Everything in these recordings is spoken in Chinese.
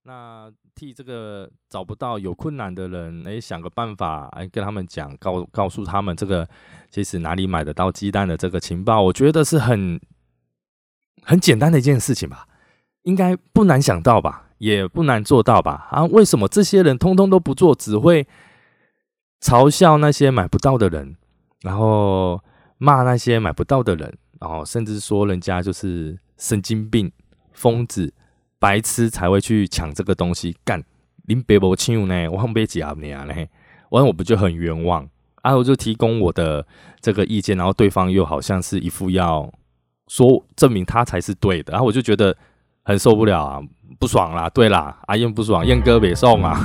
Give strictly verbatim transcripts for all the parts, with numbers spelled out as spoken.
那替这个找不到有困难的人，哎，想个办法，哎，跟他们讲，告告诉他们这个其实哪里买得到鸡蛋的这个情报，我觉得是很很简单的一件事情吧，应该不难想到吧，也不难做到吧？啊，为什么这些人通通都不做，只会嘲笑那些买不到的人，然后骂那些买不到的人，然后甚至说人家就是神经病、疯子、白痴才会去抢这个东西？干，恁爸无抢呢，我买几盒呢？完我不就很冤枉啊？我就提供我的这个意见，然后对方又好像是一副要说证明他才是对的，然后我就觉得很受不了啊，不爽啦。对啦，阿燕不爽，燕哥别送啊。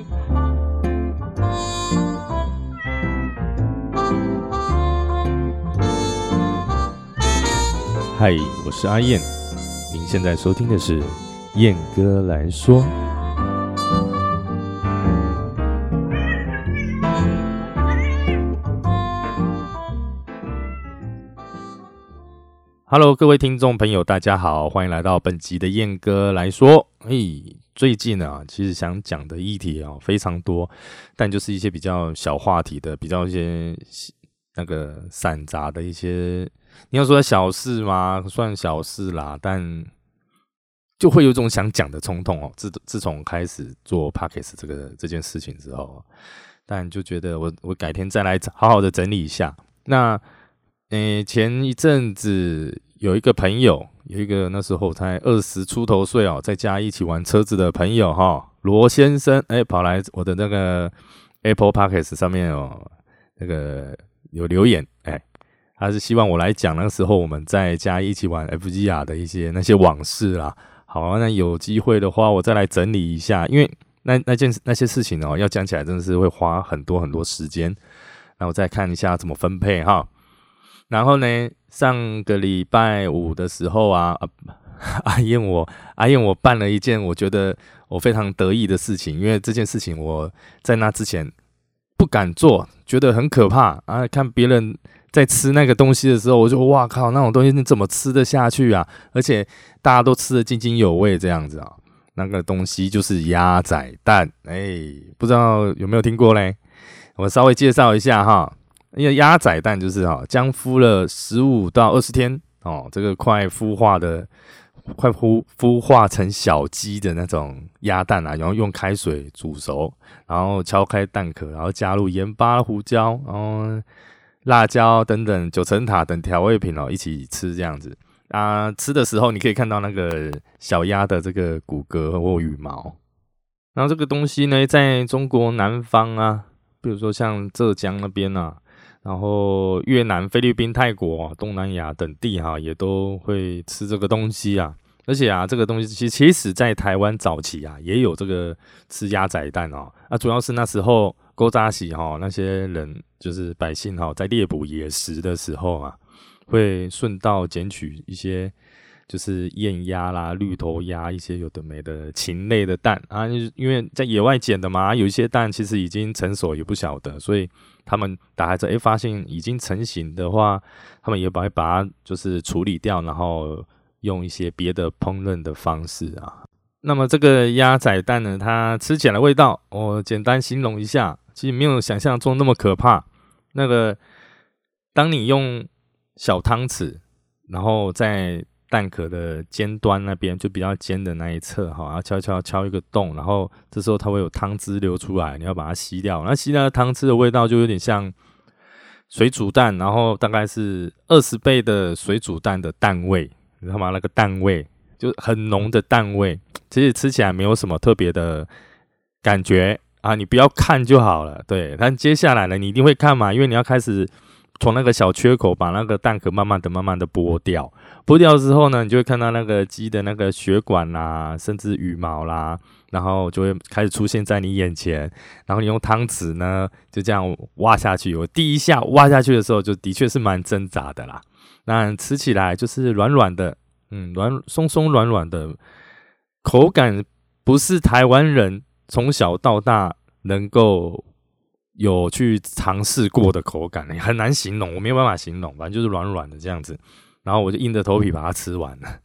嗨，我是阿燕，您现在收听的是燕哥来说。Hello， 各位听众朋友，大家好，欢迎来到本集的燕哥来说。嘿，最近啊，其实想讲的议题啊非常多，但就是一些比较小话题的，比较一些那个散杂的一些，你要说小事吗？算小事啦，但就会有一种想讲的冲动哦。自自从开始做 Podcast 这个这件事情之后，但就觉得我我改天再来好好的整理一下。那诶，前一阵子有一个朋友，有一个那时候才二十出头岁哦，在家一起玩车子的朋友哈，罗先生，诶，跑来我的那个 Apple Podcast 上面哦，那个有留言，诶，他是希望我来讲那时候我们在家一起玩 F G R 的一些那些往事啦。好，那有机会的话，我再来整理一下，因为那那件那些事情哦，要讲起来真的是会花很多很多时间。那我再看一下怎么分配哈。然后呢，上个礼拜五的时候啊，阿燕我阿燕我办了一件我觉得我非常得意的事情，因为这件事情我在那之前不敢做，觉得很可怕啊！看别人在吃那个东西的时候，我就哇靠，那种东西你怎么吃得下去啊？而且大家都吃得津津有味这样子啊。那个东西就是鸭仔蛋，哎，不知道有没有听过嘞？我稍微介绍一下哈。因为鸭仔蛋就是哈，将孵了十五到二十天哦，这个快孵化的、快孵孵化成小鸡的那种鸭蛋啊，然后用开水煮熟，然后敲开蛋壳，然后加入盐巴、胡椒，然后辣椒等等九层塔等调味品哦，一起吃这样子啊。吃的时候你可以看到那个小鸭的这个骨骼或羽毛。然后这个东西呢，在中国南方啊，比如说像浙江那边啊。然后越南、菲律宾、泰国、东南亚等地哈，也都会吃这个东西啊。而且啊，这个东西其实其实在台湾早期啊，也有这个吃鸭仔蛋哦。啊，主要是那时候古早时哈，那些人就是百姓哈，在猎捕野食的时候啊，会顺道捡取一些就是燕鸭啦、绿头鸭一些有的没的禽类的蛋啊，因为在野外捡的嘛，有一些蛋其实已经成熟也不晓得，所以他们打开之后，哎，发现已经成型的话，他们也把把它就是处理掉，然后用一些别的烹饪的方式啊。那么这个鸭仔蛋呢，它吃起来的味道，我简单形容一下，其实没有想象中那么可怕。那个，当你用小汤匙，然后在蛋壳的尖端那边，就比较尖的那一侧哈，然后敲敲敲一个洞，然后这时候它会有汤汁流出来，你要把它吸掉。那吸掉的汤汁的味道就有点像水煮蛋，然后大概是二十倍的水煮蛋的蛋味，你知道吗？那个蛋味就很浓的蛋味，其实吃起来没有什么特别的感觉啊，你不要看就好了。对，但接下来呢，你一定会看嘛，因为你要开始从那个小缺口把那个蛋壳慢慢的、慢慢的剥掉。剥掉之后呢，你就会看到那个鸡的那个血管啦，甚至羽毛啦，然后就会开始出现在你眼前。然后你用汤匙呢，就这样挖下去。我第一下挖下去的时候，就的确是蛮挣扎的啦。那吃起来就是软软的，嗯，软松松软软的，口感不是台湾人从小到大能够有去尝试过的口感，很难形容，我没有办法形容，反正就是软软的这样子。然后我就硬着头皮把它吃完了。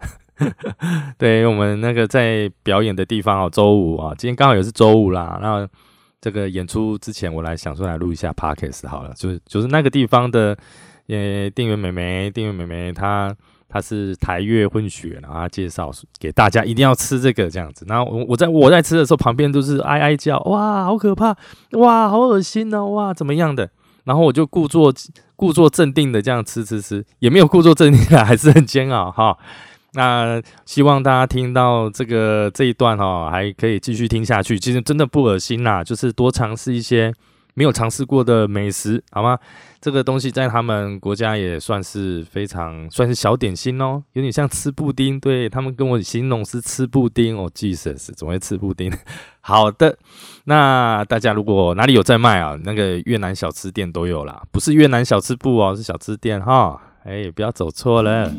对，我们那个在表演的地方哦，周五啊，今天刚好也是周五啦。那这个演出之前，我来想说来录一下 podcast 好了，就是就是那个地方的呃店员妹妹，店员妹妹她她是台越混血，然后她介绍给大家一定要吃这个这样子。然后我我在我在吃的时候，旁边都是哀哀叫，哇，好可怕，哇，好恶心哦，哇，怎么样的？然后我就故作故作镇定的这样吃吃吃，也没有故作镇定的，还是很煎熬哈。那希望大家听到这个这一段哈，还可以继续听下去。其实真的不恶心啦，就是多尝试一些没有尝试过的美食，好吗？这个东西在他们国家也算是非常算是小点心哦，有点像吃布丁。对，他们跟我形容是吃布丁哦 ，Jesus， 怎么会吃布丁？好的，那大家如果哪里有在卖啊，那个越南小吃店都有啦，不是越南小吃部哦，是小吃店哈。哎，不要走错了。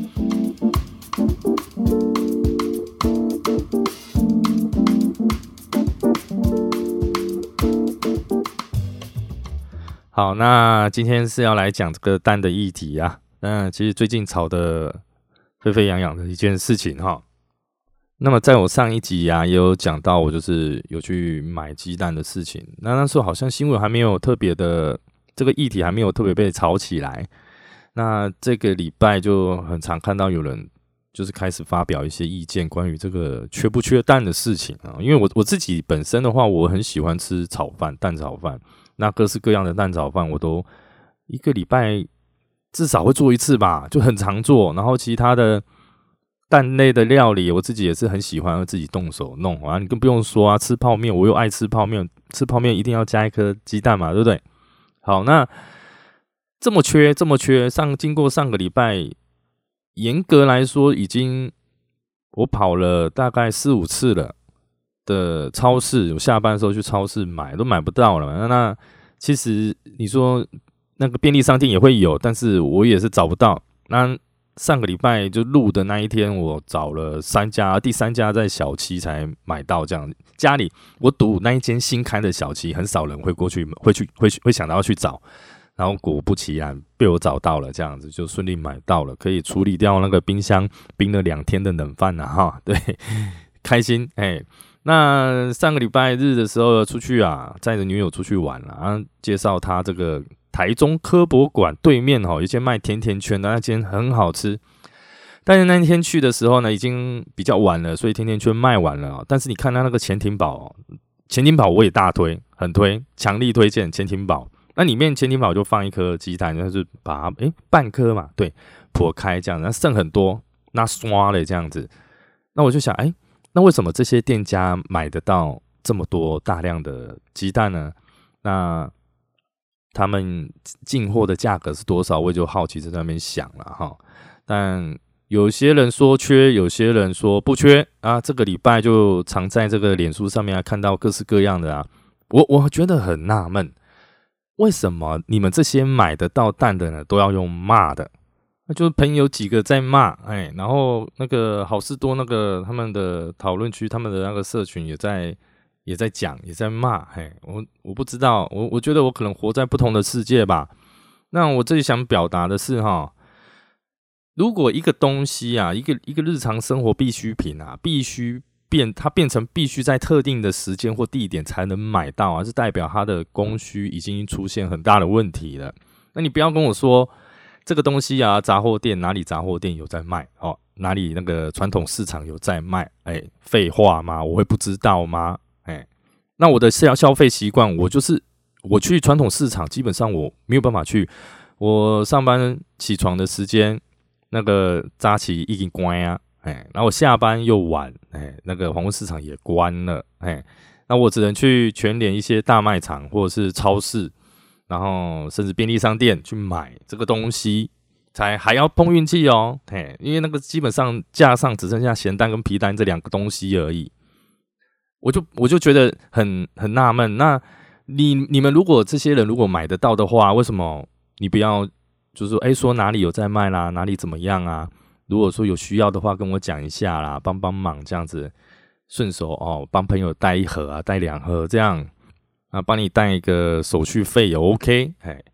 好，那今天是要来讲这个蛋的议题啊。那其实最近炒的沸沸扬扬的一件事情哈。那么在我上一集啊，也有讲到我就是有去买鸡蛋的事情。那那时候好像新闻还没有特别的，这个议题还没有特别被炒起来。那这个礼拜就很常看到有人就是开始发表一些意见，关于这个缺不缺蛋的事情啊。因为我我自己本身的话，我很喜欢吃炒饭，蛋炒饭。那各式各样的蛋炒饭，我都一个礼拜至少会做一次吧，就很常做。然后其他的蛋类的料理，我自己也是很喜欢自己动手弄啊。你更不用说啊，吃泡面，我又爱吃泡面，吃泡面一定要加一颗鸡蛋嘛，对不对？好，那这么缺，这么缺，上经过上个礼拜，严格来说，已经我跑了大概四五次了。的超市，我下班的时候去超市买，都买不到了。那, 那其实你说那个便利商店也会有，但是我也是找不到。那上个礼拜就录的那一天，我找了三家，第三家在小七才买到。这样家里我赌那一间新开的小七，很少人会过去，会去，会会想到要去找。然后果不其然被我找到了，这样子就顺利买到了，可以处理掉那个冰箱冰了两天的冷饭啊哈，对，开心哎。那上个礼拜日的时候出去啊，载着女友出去玩了啊，介绍她这个台中科博馆对面哈，有一间卖甜甜圈的那间很好吃。但是那天去的时候呢，已经比较晚了，所以甜甜圈卖完了。但是你看它那个潜艇堡，潜艇堡我也大推，很推，强力推荐潜艇堡。那里面潜艇堡就放一颗鸡蛋，就是把它诶半颗嘛，对，剖开这样，那剩很多，那刷了这样子。那我就想，诶。那为什么这些店家买得到这么多大量的鸡蛋呢？那他们进货的价格是多少？我就好奇在那边想了哈。但有些人说缺，有些人说不缺啊。这个礼拜就常在这个脸书上面看到各式各样的啊，我我觉得很纳闷，为什么你们这些买得到蛋的呢，都要用骂的？那就是朋友几个在骂，哎，然后那个好事多那个他们的讨论区，他们的那个社群也在也在讲，也在骂，哎，我我不知道，我我觉得我可能活在不同的世界吧。那我这里想表达的是哈，如果一个东西啊，一个一个日常生活必需品啊，必须变它变成必须在特定的时间或地点才能买到啊，是代表它的供需已经出现很大的问题了。那你不要跟我说。这个东西啊，杂货店哪里杂货店有在卖哦？哪里那个传统市场有在卖？哎，废话吗？我会不知道吗？哎，那我的消消费习惯，我就是我去传统市场，基本上我没有办法去。我上班起床的时间，那个早起已经关啊，哎，然后我下班又晚，哎，那个黄昏市场也关了，哎，那我只能去全联一些大卖场或者是超市。然后甚至便利商店去买这个东西，才还要碰运气哦，嘿，因为那个基本上架上只剩下咸蛋跟皮蛋这两个东西而已，我就我就觉得很很纳闷。那你你们如果这些人如果买得到的话，为什么你不要就是说，哎，说哪里有在卖啦，哪里怎么样啊？如果说有需要的话，跟我讲一下啦，帮帮忙这样子，顺手哦，帮朋友带一盒啊，带两盒这样。啊，帮你带一个手续费也 OK， 哎，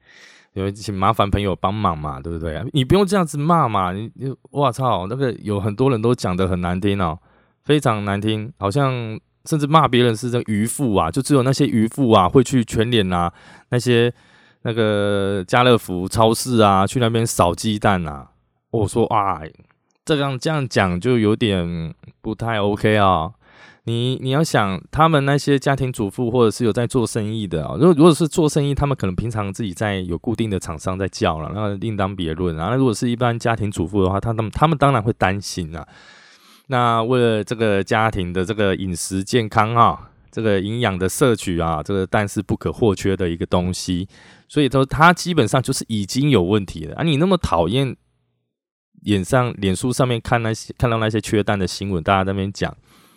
有请麻烦朋友帮忙嘛，对不对？你不用这样子骂嘛，你你哇操，那个有很多人都讲得很难听哦，非常难听，好像甚至骂别人是这渔夫啊，就只有那些渔夫啊会去全联啊，那些那个家乐福超市啊，去那边扫鸡蛋啊。我说啊，这样这样讲就有点不太 OK 啊。你你要想，他们那些家庭主妇或者是有在做生意的啊，如果如果是做生意，他们可能平常自己在有固定的厂商在叫了，那另当别论啊。那如果是一般家庭主妇的话，他们他们当然会担心啊。那为了这个家庭的这个饮食健康啊，这个营养的摄取啊，这个蛋是不可或缺的一个东西，所以说它基本上就是已经有问题了啊。你那么讨厌脸上脸书上面看那些看到那些缺蛋的新闻，大家在那边讲。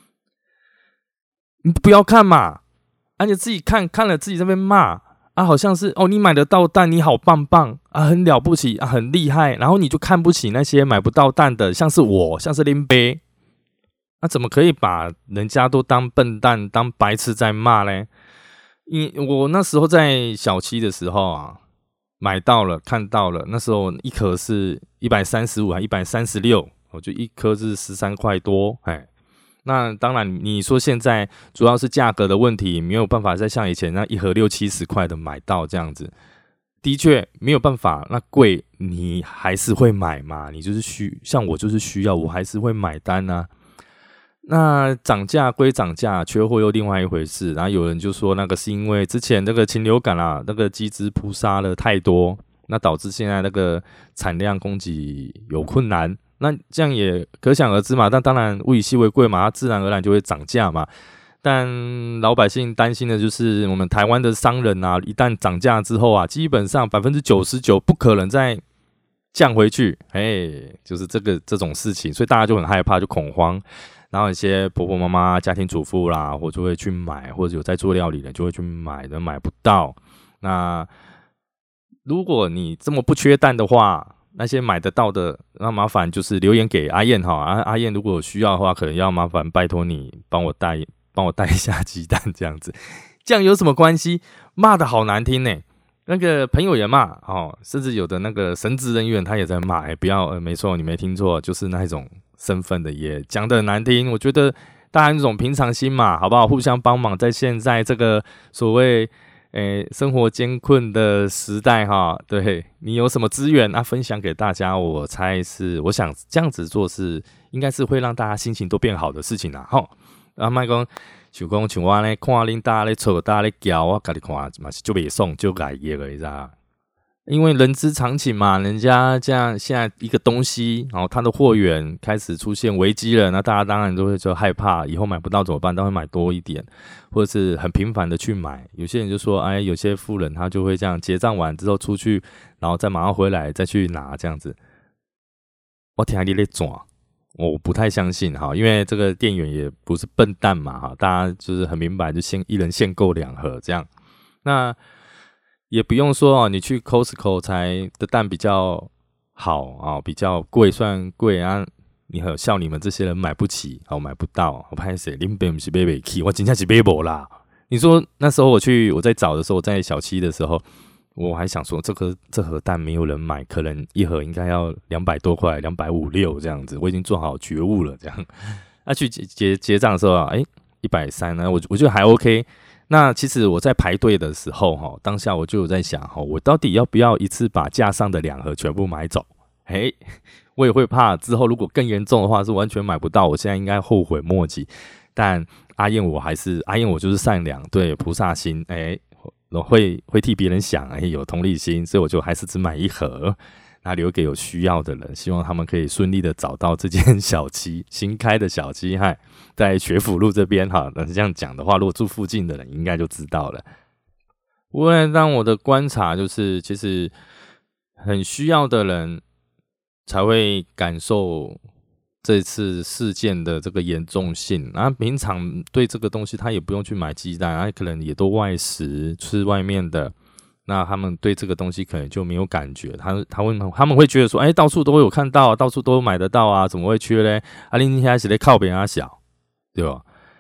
你不要看嘛，而且自己看看了自己这边骂啊，好像是哦，你买得到蛋，你好棒棒啊，很了不起啊，很厉害，然后你就看不起那些买不到蛋的，像是我，像是林北，那、啊、怎么可以把人家都当笨蛋、当白痴在骂呢？因我那时候在小七的时候啊，买到了，看到了，那时候一颗是一百三十五还一百三十六，我就一颗是十三块多，哎。那当然，你说现在主要是价格的问题，没有办法再像以前那一盒六七十块的买到这样子，的确没有办法。那贵你还是会买嘛？你就是需像我就是需要，我还是会买单啊。那涨价归涨价，缺货又另外一回事。然后有人就说那个是因为之前那个禽流感啊，那个鸡只扑杀了太多，那导致现在那个产量供给有困难。那这样也可想而知嘛，但当然物以稀为贵嘛，它自然而然就会涨价嘛。但老百姓担心的就是我们台湾的商人啊，一旦涨价之后啊，基本上 百分之九十九 不可能再降回去，哎，就是这个这种事情，所以大家就很害怕，就恐慌。然后一些婆婆妈妈、家庭主妇啦，或就会去买，或者有在做料理的就会去买的，买不到。那如果你这么不缺蛋的话，那些买得到的，那麻烦就是留言给阿燕哈，阿阿燕如果有需要的话，可能要麻烦拜托你帮我带帮我带一下鸡蛋这样子，这样有什么关系？骂的好难听呢、欸，那个朋友也骂哦，甚至有的那个神职人员他也在骂，哎、欸，不要，呃，没错，你没听错，就是那一种身份的也讲得很难听。我觉得大家那种平常心嘛，好不好？互相帮忙，在现在这个所谓。诶，生活艰困的时代哈，对你有什么资源啊，分享给大家，我猜是，我想这样子做是，应该是会让大家心情都变好的事情啦，吼。啊，莫讲，想讲像我咧，看恁大家咧吵，大家咧叫，我家己看嘛是就袂爽，就改业了，你知道？因为人之常情嘛，人家这样现在一个东西，然后它的货源开始出现危机了，那大家当然都会就害怕，以后买不到怎么办？都会买多一点，或者是很频繁的去买。有些人就说，哎，有些富人他就会这样结账完之后出去，然后再马上回来再去拿这样子。我听你在转，我不太相信哈，因为这个店员也不是笨蛋嘛哈，大家就是很明白，就先一人限购两盒这样。那也不用说哦，你去 Costco 才的蛋比较好啊、哦，比较贵，算贵啊。你很笑你们这些人买不起，哦，买不到。我拍谁？林北不是买不起，我真的是买不啦。你说那时候我去我在找的时候，我在小七的时候，我还想说这颗这盒蛋没有人买，可能一盒应该要两百多块，两百五六这样子。我已经做好觉悟了，这样。那、啊、去结结结账的时候啊，哎，一百三呢，我我觉得还 OK。那其实我在排队的时候，当下我就有在想，我到底要不要一次把架上的两盒全部买走？嘿，我也会怕之后如果更严重的话是完全买不到，我现在应该后悔莫及。但阿燕我还是阿燕，我就是善良，对菩萨心，哎，会会替别人想，哎，有同理心，所以我就还是只买一盒。那留给有需要的人，希望他们可以顺利的找到这间小七，新开的小七，嗨，在学府路这边哈。但是这样讲的话，如果住附近的人应该就知道了。不过让我的观察就是，其实很需要的人才会感受这次事件的这个严重性。然后平常对这个东西他也不用去买鸡蛋，他可能也都外食吃外面的。那他们对这个东西可能就没有感觉，他他会他们会觉得说，哎、欸，到处都有看到，到处都有买得到啊，怎么会缺嘞？啊，你现在是在靠别人小，对吧？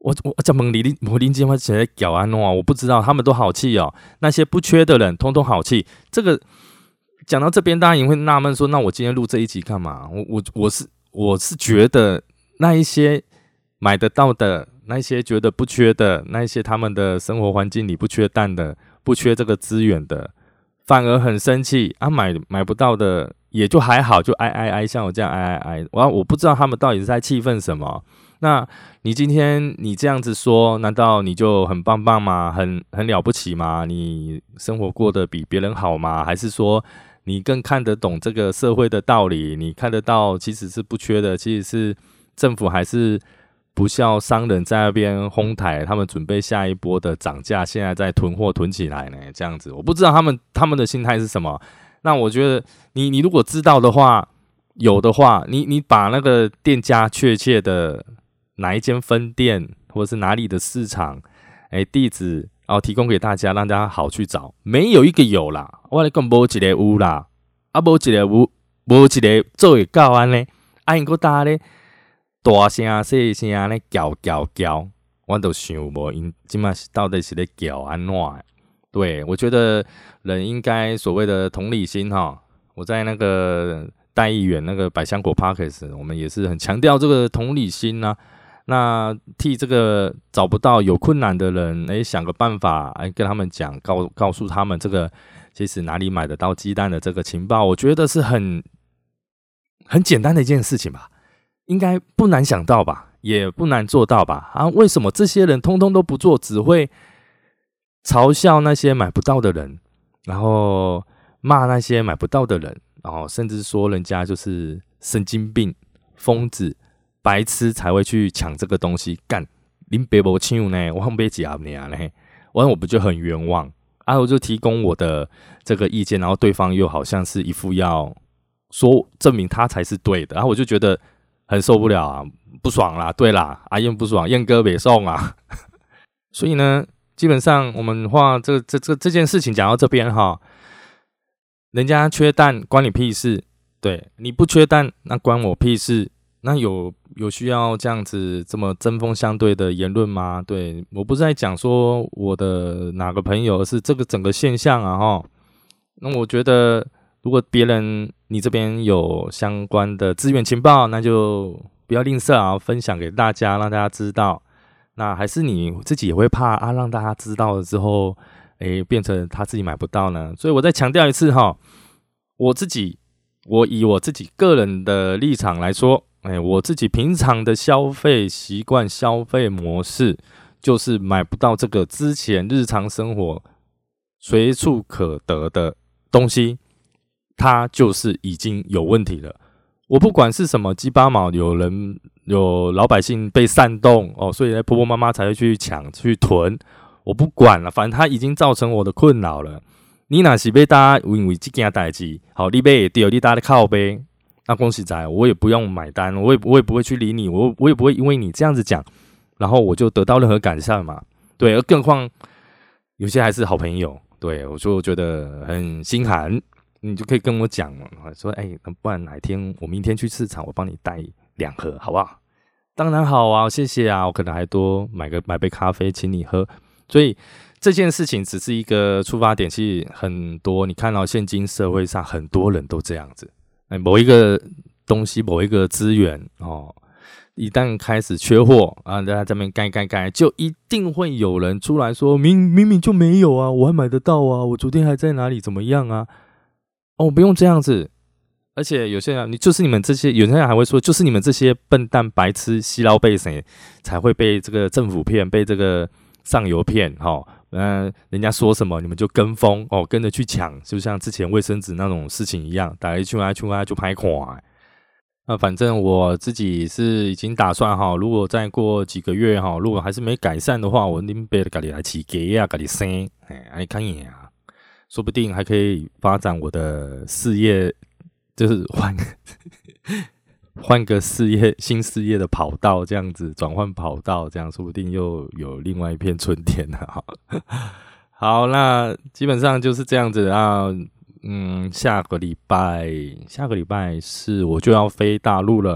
我我讲问你，我林金花现在搞安诺啊，我不知道，他们都好气哦。那些不缺的人，通通好气。这个讲到这边，大家也会纳闷说，那我今天录这一集干嘛？我我我是我是觉得那一些买得到的，那一些觉得不缺的，那一些他们的生活环境里不缺蛋的，不缺这个资源的，反而很生气啊！买买不到的也就还好，就哀哀哀，像我这样哀哀哀。我我不知道他们到底是在气愤什么。那你今天你这样子说，难道你就很棒棒吗？很很了不起吗？你生活过得比别人好吗？还是说你更看得懂这个社会的道理？你看得到其实是不缺的，其实是政府还是不孝商人在那边哄抬，他们准备下一波的涨价，现在在囤货囤起来呢？这样子，我不知道他们他们的心态是什么。那我觉得你你如果知道的话，有的话，你你把那个店家确切的哪一间分店，或者是哪里的市场，哎、欸，地址，然后提供给大家，让大家好去找。没有一个有啦，我来讲无一个有啦，啊无一个有，无一个做会到安尼，啊因个大咧大声细声咧叫叫叫，我都想无因即马是到底是咧叫安怎？对，我觉得人应该所谓的同理心哈，我在那个代议员那个百香果 Podcast， 我们也是很强调这个同理心啊。那替这个找不到有困难的人，哎，想个办法，哎，跟他们讲，告告诉他们这个其实哪里买得到鸡蛋的这个情报，我觉得是很很简单的一件事情吧，应该不难想到吧，也不难做到吧？啊，为什么这些人通通都不做，只会嘲笑那些买不到的人，然后骂那些买不到的人，然后甚至说人家就是神经病、疯子。白痴才会去抢这个东西，干恁爸无抢呢，我买几盒呢？完我不就很冤枉啊？我就提供我的这个意见，然后对方又好像是一副要说证明他才是对的，然后我就觉得很受不了啊，不爽啦，对啦，阿燕不爽，燕哥别送啊。所以呢，基本上我们话这这这这件事情讲到这边哈，人家缺蛋关你屁事，对，你不缺蛋那关我屁事。那有有需要这样子这么针锋相对的言论吗？对，我不是在讲说我的哪个朋友，而是这个整个现象啊齁。那我觉得如果别人你这边有相关的资源情报，那就不要吝啬啊，分享给大家，让大家知道。那还是你自己也会怕啊，让大家知道了之后，诶，变成他自己买不到呢？所以我再强调一次齁，我自己，我以我自己个人的立场来说。哎，我自己平常的消费习惯、消费模式，就是买不到这个之前日常生活随处可得的东西，它就是已经有问题了。我不管是什么鸡巴毛，有人有老百姓被煽动哦，所以婆婆妈妈才会去抢去囤，我不管了，反正它已经造成我的困扰了。你若是要大家因为这件代志，好，你买会到，你大家靠背。那恭喜仔，我也不用买单，我也我也不会去理你，我我也不会因为你这样子讲，然后我就得到任何改善嘛。对，而更何况有些还是好朋友，对我就觉得很心寒，你就可以跟我讲嘛，说哎、欸，不然哪天我明天去市场，我帮你带两盒，好不好？当然好啊，谢谢啊，我可能还多买个买杯咖啡请你喝。所以这件事情只是一个出发点，其实很多你看到现今社会上很多人都这样子。某一个东西，某一个资源哦，一旦开始缺货啊，大家这边盖盖盖，就一定会有人出来说明明明就没有啊，我还买得到啊，我昨天还在哪里怎么样啊？哦，不用这样子。而且有些人，你就是你们这些，有些人还会说，就是你们这些笨蛋白痴西捞被谁才会被这个政府骗，被这个上游骗哈。哦嗯、呃，人家说什么你们就跟风哦，跟着去抢，就像之前卫生纸那种事情一样，打一去啊去啊就拍垮。那反正我自己是已经打算哈，如果再过几个月哈，如果还是没改善的话，我拎杯咖喱来起鸡啊，咖喱生，哎，爱看眼啊，说不定还可以发展我的事业，就是换换个事业新事业的跑道，这样子转换跑道，这样说不定又有另外一片春天了哈。好，那基本上就是这样子啊。嗯，下个礼拜下个礼拜是我就要飞大陆了。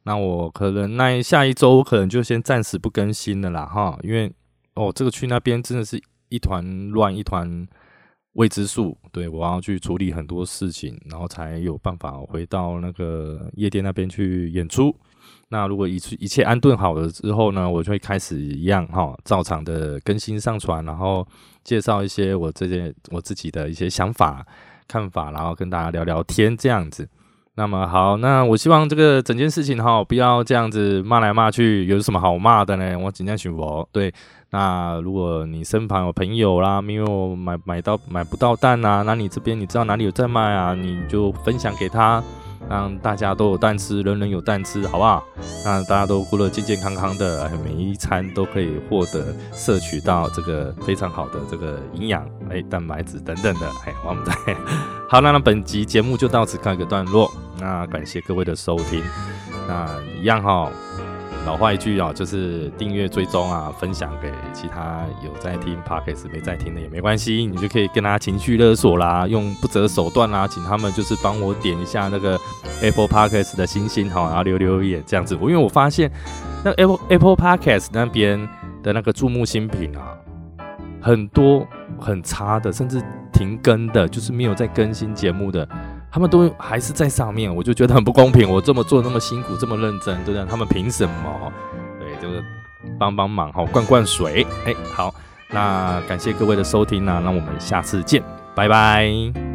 那我可能那下一周可能就先暂时不更新了啦哈，因为哦这个去那边真的是一团乱，一团未知数，对，我要去处理很多事情，然后才有办法回到那个夜店那边去演出。那如果一一切安顿好了之后呢，我就会开始一样哈，照常的更新上传，然后介绍一些我这些我自己的一些想法、看法，然后跟大家聊聊天这样子。那么好，那我希望这个整件事情哈，不要这样子骂来骂去，有什么好骂的呢？我尽量选我对。那如果你身旁有朋友啦，没有买买到买不到蛋啊，那你这边你知道哪里有在卖啊，你就分享给他，让大家都有蛋吃，人人有蛋吃，好不好？那大家都过得健健康康的，每一餐都可以获得摄取到这个非常好的这个营养，哎，蛋白质等等的，哎，我们在好，那那本集节目就到此告一个段落，那感谢各位的收听，那一样哈。老话一句啊，就是订阅追踪啊，分享给其他有在听 Podcast 没在听的也没关系，你就可以跟他情绪勒索啦，用不择手段啦，请他们就是帮我点一下那个 Apple Podcast 的星星哈，然后留留言这样子。因为我发现那 Apple Apple Podcast 那边的那个注目新品啊，很多很差的，甚至停更的，就是没有在更新节目的。他们都还是在上面，我就觉得很不公平。我这么做那么辛苦，这么认真，对不对？他们凭什么？对，这个帮帮忙哈，灌灌水。哎，好，那感谢各位的收听啊，那我们下次见，拜拜。